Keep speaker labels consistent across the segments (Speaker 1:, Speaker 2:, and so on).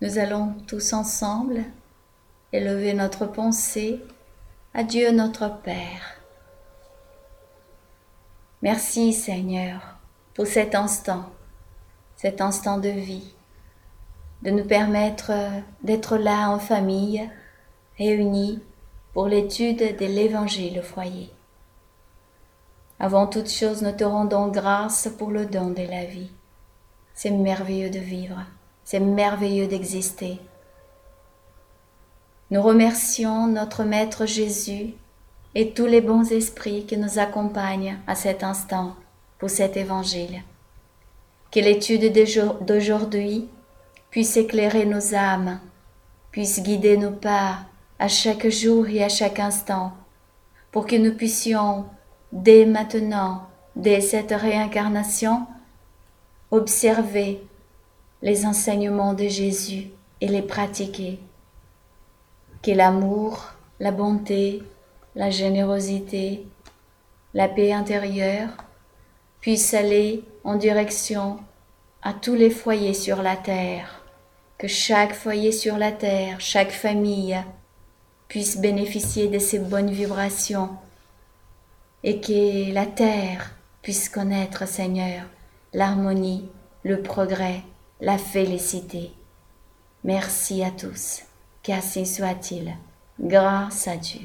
Speaker 1: Nous allons tous ensemble élever notre pensée à Dieu notre Père. Merci Seigneur pour cet instant de vie, de nous permettre d'être là en famille, réunis pour l'étude de l'Évangile au foyer. Avant toute chose, nous te rendons grâce pour le don de la vie. C'est merveilleux de vivre, c'est merveilleux d'exister. Nous remercions notre Maître Jésus et tous les bons esprits qui nous accompagnent à cet instant pour cet Évangile. Que l'étude d'aujourd'hui puisse éclairer nos âmes, puisse guider nos pas à chaque jour et à chaque instant, pour que nous puissions, dès maintenant, dès cette réincarnation, observer les enseignements de Jésus et les pratiquer. Que l'amour, la bonté, la générosité, la paix intérieure puissent aller en direction à tous les foyers sur la terre, que chaque foyer sur la terre, chaque famille puisse bénéficier de ces bonnes vibrations et que la terre puisse connaître, Seigneur, l'harmonie, le progrès, la félicité. Merci à tous, qu'ainsi soit-il, grâce à Dieu.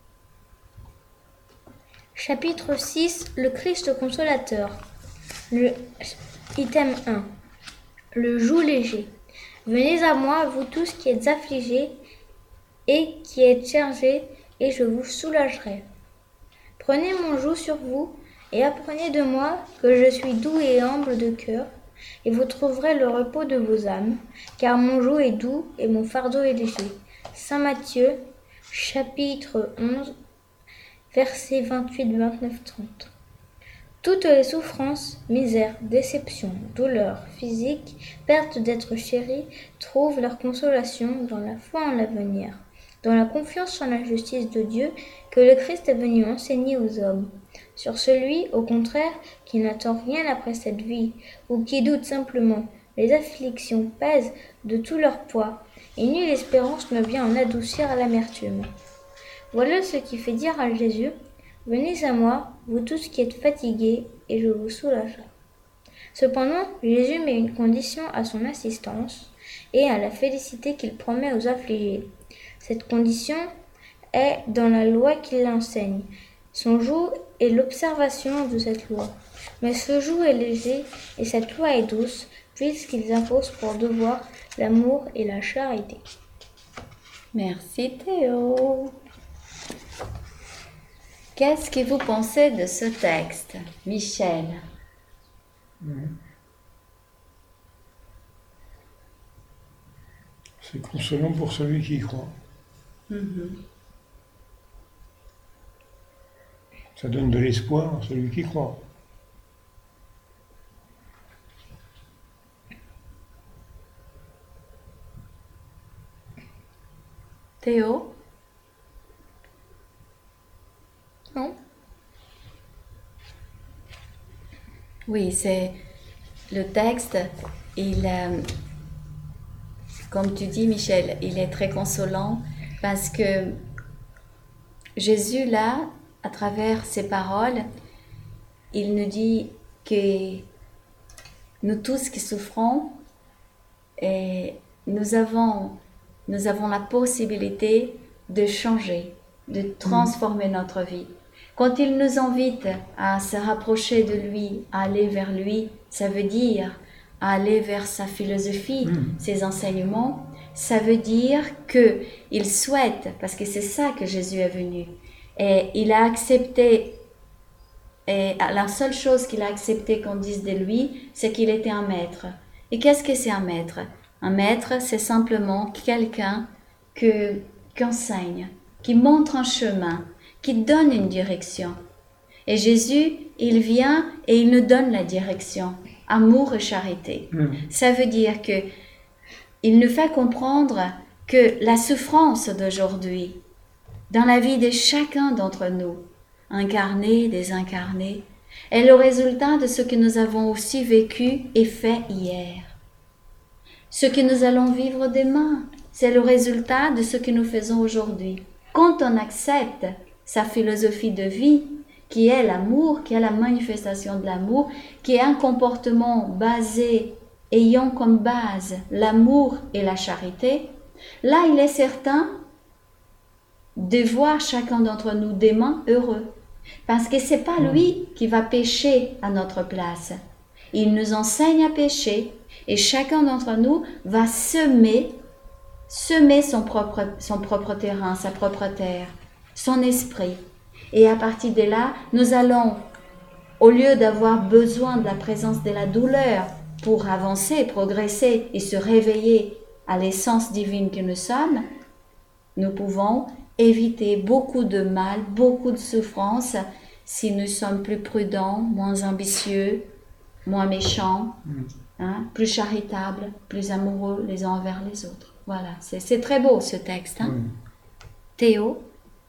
Speaker 2: Chapitre 6. Le Christ consolateur. Le item 1. Le joug léger. Venez à moi, vous tous qui êtes affligés et qui êtes chargés, et je vous soulagerai. Prenez mon joug sur vous et apprenez de moi que je suis doux et humble de cœur, et vous trouverez le repos de vos âmes, car mon joug est doux et mon fardeau est léger. Saint Matthieu, chapitre 11, versets 28, 29, 30. Toutes les souffrances, misères, déceptions, douleurs physiques, perte d'être chéri, trouvent leur consolation dans la foi en l'avenir, dans la confiance en la justice de Dieu que le Christ est venu enseigner aux hommes. Sur celui, au contraire, qui n'attend rien après cette vie, ou qui doute simplement, les afflictions pèsent de tout leur poids, et nulle espérance ne vient en adoucir l'amertume. Voilà ce qui fait dire à Jésus: venez à moi, vous tous qui êtes fatigués, et je vous soulagerai. Cependant, Jésus met une condition à son assistance et à la félicité qu'il promet aux affligés. Cette condition est dans la loi qu'il enseigne. Son joug est l'observation de cette loi. Mais ce joug est léger et cette loi est douce, puisqu'ils imposent pour devoir l'amour et la charité.
Speaker 1: Merci Théo. Qu'est-ce que vous pensez de ce texte, Michel?
Speaker 3: C'est consolant pour celui qui y croit. Ça donne de l'espoir à celui qui croit.
Speaker 1: Théo?
Speaker 2: Non?
Speaker 1: Oui, c'est le texte, comme tu dis Michel, il est très consolant parce que Jésus là, à travers ses paroles, il nous dit que nous tous qui souffrons, et nous avons la possibilité de changer, de transformer notre vie. Quand il nous invite à se rapprocher de lui, à aller vers lui, ça veut dire à aller vers sa philosophie, ses enseignements. Ça veut dire qu'il souhaite, parce que c'est ça que Jésus est venu, et il a accepté, et la seule chose qu'il a accepté qu'on dise de lui, c'est qu'il était un maître. Et qu'est-ce que c'est un maître? Un maître, c'est simplement quelqu'un qui enseigne, qui montre un chemin, qui donne une direction. Et Jésus, il vient et il nous donne la direction, amour et charité. Ça veut dire que il nous fait comprendre que la souffrance d'aujourd'hui, dans la vie de chacun d'entre nous, incarnés, désincarnés, est le résultat de ce que nous avons aussi vécu et fait hier. Ce que nous allons vivre demain, c'est le résultat de ce que nous faisons aujourd'hui. Quand on accepte sa philosophie de vie, qui est l'amour, qui est la manifestation de l'amour, qui est un comportement basé, ayant comme base l'amour et la charité, là il est certain de voir chacun d'entre nous demain heureux. Parce que c'est pas lui qui va pécher à notre place. Il nous enseigne à pécher et chacun d'entre nous va semer son propre terrain, sa propre terre, son esprit. Et à partir de là, nous allons, au lieu d'avoir besoin de la présence de la douleur pour avancer, progresser et se réveiller à l'essence divine que nous sommes, nous pouvons éviter beaucoup de mal, beaucoup de souffrance si nous sommes plus prudents, moins ambitieux, moins méchants, plus charitables, plus amoureux les uns envers les autres. Voilà, c'est très beau ce texte. Théo,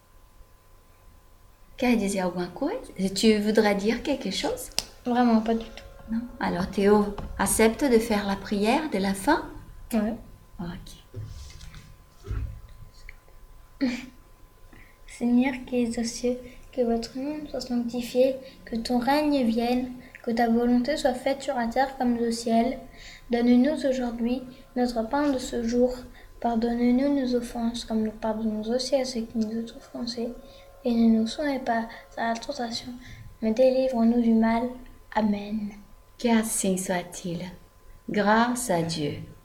Speaker 1: quer dizer alguma coisa? Tu voudrais dire quelque chose?
Speaker 2: Vraiment, pas du tout.
Speaker 1: Non? Alors Théo accepte de faire la prière de la fin?
Speaker 2: Ouais.
Speaker 1: Ok.
Speaker 2: Seigneur qui es aux cieux, que votre nom soit sanctifié, que ton règne vienne, que ta volonté soit faite sur la terre comme au ciel. Donne-nous aujourd'hui notre pain de ce jour. Pardonne-nous nos offenses, comme nous pardonnons aussi à ceux qui nous ont offensés. Et ne nous soumets pas à la tentation, mais délivre-nous du mal. Amen.
Speaker 1: Que assim soit-il. Grâce à Dieu.